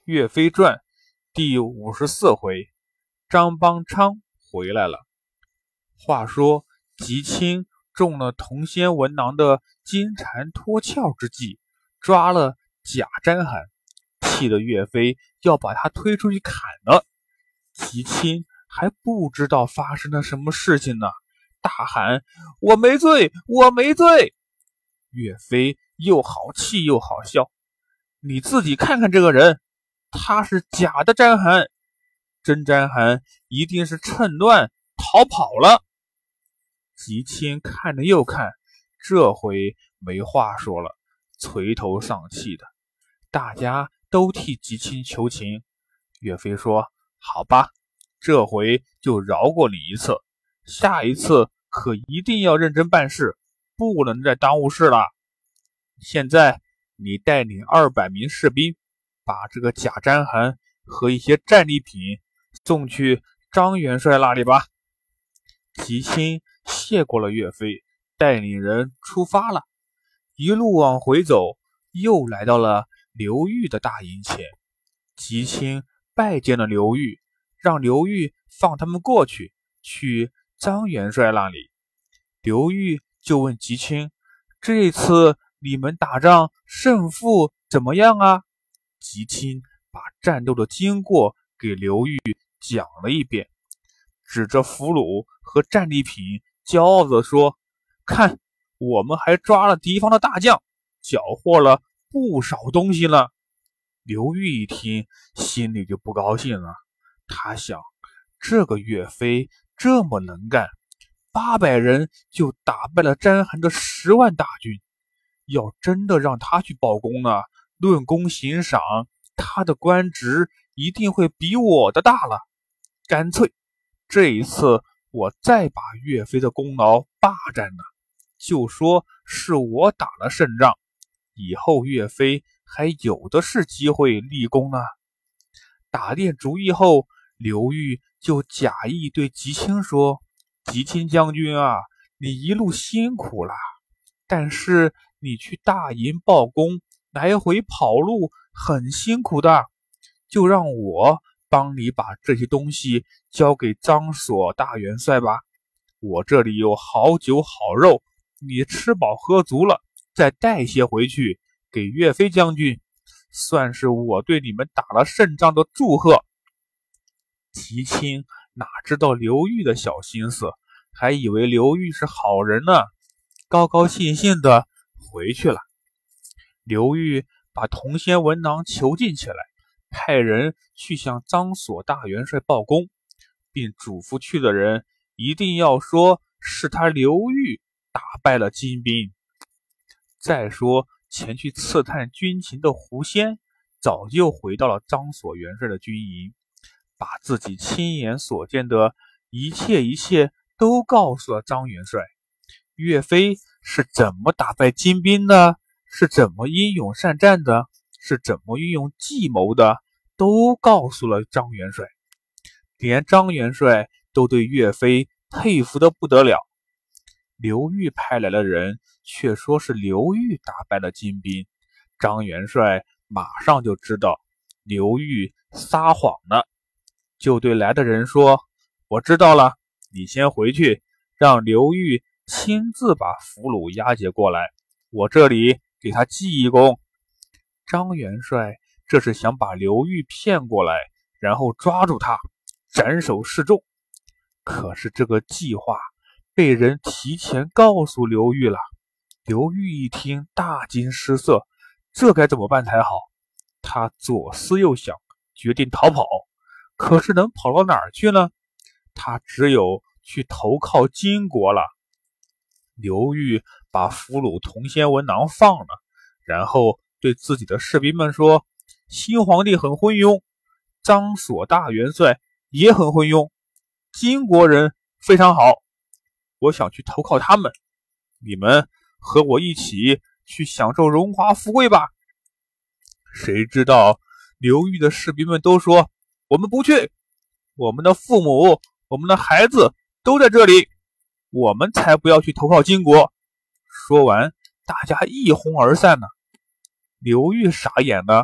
岳飞传第54回，张邦昌回来了。话说吉清中了铜仙文囊的金蝉脱壳之计，抓了贾瞻汗，气得岳飞要把他推出去砍了。吉清还不知道发生了什么事情呢，大喊：“我没罪，我没罪！”岳飞又好气又好笑：“你自己看看这个人，他是假的瞻汗，真瞻汗一定是趁乱逃跑了。”吉清看着又看，这回没话说了，垂头丧气的。大家都替吉清求情。岳飞说：“好吧，这回就饶过你一次，下一次可一定要认真办事，不能再耽误事了。现在你带领200名士兵，把这个贾瞻汗和一些战利品送去张元帅那里吧。”吉清谢过了岳飞，带领人出发了。一路往回走，又来到了刘裕的大营前。吉清拜见了刘裕，让刘裕放他们过去张元帅那里。刘裕就问吉清：“这次你们打仗胜负怎么样啊？”吉清把战斗的经过给刘裕讲了一遍，指着俘虏和战利品骄傲地说：“看，我们还抓了敌方的大将，缴获了不少东西呢。”刘裕一听，心里就不高兴了。他想，这个岳飞这么能干，800人就打败了瞻汗的10万大军，要真的让他去报功呢，论功行赏，他的官职一定会比我的大了。干脆这一次我再把岳飞的功劳霸占了，就说是我打了胜仗，以后岳飞还有的是机会立功呢。打定主意后，刘裕就假意对吉清说：“吉清将军啊，你一路辛苦了，但是你去大营报功，来回跑路很辛苦的，就让我帮你把这些东西交给张所大元帅吧。我这里有好酒好肉，你吃饱喝足了，再带些回去给岳飞将军，算是我对你们打了胜仗的祝贺。”吉清哪知道刘裕的小心思，还以为刘裕是好人呢，高高兴兴的回去了。刘裕把铜仙文囊囚禁起来，派人去向张所大元帅报功，并嘱咐去的人一定要说是他刘裕打败了金兵。再说前去刺探军情的胡仙早就回到了张所元帅的军营，把自己亲眼所见的一切都告诉了张元帅。岳飞是怎么打败金兵的，是怎么英勇善战的，是怎么运用计谋的，都告诉了张元帅。连张元帅都对岳飞佩服得不得了。刘裕派来的人却说是刘裕打败了金兵，张元帅马上就知道刘裕撒谎了，就对来的人说：“我知道了，你先回去，让刘裕亲自把俘虏押解过来，我这里给他记一功。”张元帅这是想把刘裕骗过来，然后抓住他，斩首示众。可是这个计划被人提前告诉刘裕了。刘裕一听大惊失色，这该怎么办才好？他左思右想，决定逃跑。可是能跑到哪儿去呢？他只有去投靠金国了。刘裕把俘虏铜仙文囊放了，然后对自己的士兵们说：“新皇帝很昏庸，张所大元帅也很昏庸，金国人非常好，我想去投靠他们，你们和我一起去享受荣华富贵吧。”谁知道刘裕的士兵们都说：“我们不去，我们的父母，我们的孩子都在这里，我们才不要去投靠金国。”说完，大家一哄而散了。刘裕傻眼了，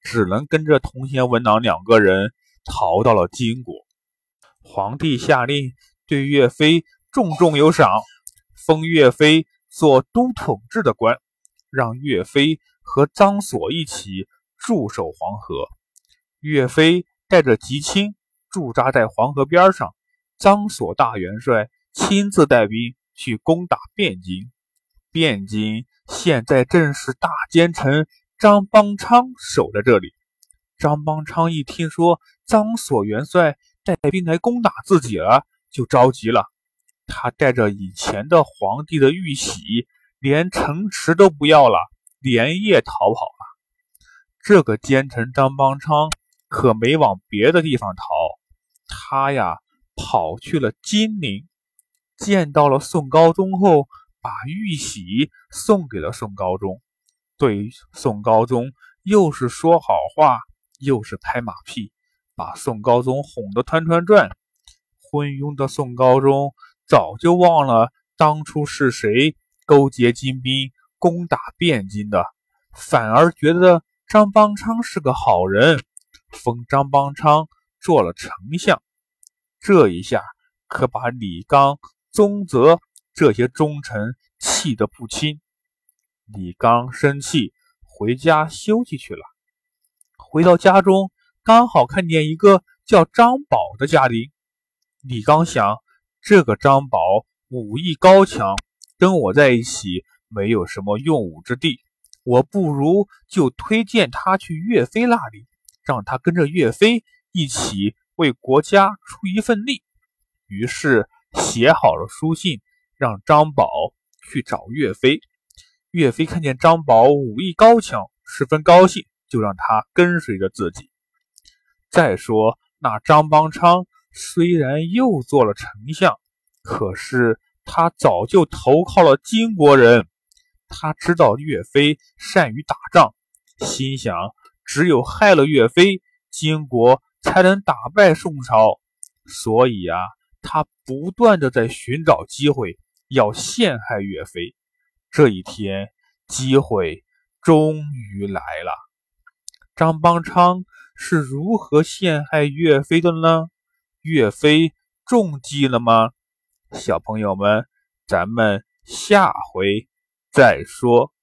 只能跟着同贤文郎2个人逃到了金国。皇帝下令对岳飞重重有赏，封岳飞做都统制的官，让岳飞和臧索一起驻守黄河。岳飞带着吉清驻扎在黄河边上，臧索大元帅亲自带兵去攻打汴京。汴京现在正是大奸臣张邦昌守在这里。张邦昌一听说臧索元帅带兵来攻打自己了，就着急了。他带着以前的皇帝的玉玺，连城池都不要了，连夜逃跑了。这个奸臣张邦昌可没往别的地方逃，他呀跑去了金陵，见到了宋高宗后，把玉玺送给了宋高宗。对宋高宗又是说好话，又是拍马屁，把宋高宗哄得团团转。昏庸的宋高宗早就忘了当初是谁勾结金兵攻打汴京的，反而觉得张邦昌是个好人，封张邦昌做了丞相。这一下可把李纲、宗泽这些忠臣气得不轻。李纲生气，回家休息去了。回到家中，刚好看见一个叫张宝的家丁。李纲想，这个张宝武艺高强，跟我在一起没有什么用武之地，我不如就推荐他去岳飞那里，让他跟着岳飞一起为国家出一份力。于是写好了书信，让张宝去找岳飞。岳飞看见张宝武艺高强，十分高兴，就让他跟随着自己。再说那张邦昌虽然又做了丞相，可是他早就投靠了金国人。他知道岳飞善于打仗，心想只有害了岳飞，金国才能打败宋朝。所以他不断的在寻找机会，要陷害岳飞。这一天，机会终于来了。张邦昌是如何陷害岳飞的呢？岳飞中计了吗？小朋友们，咱们下回再说。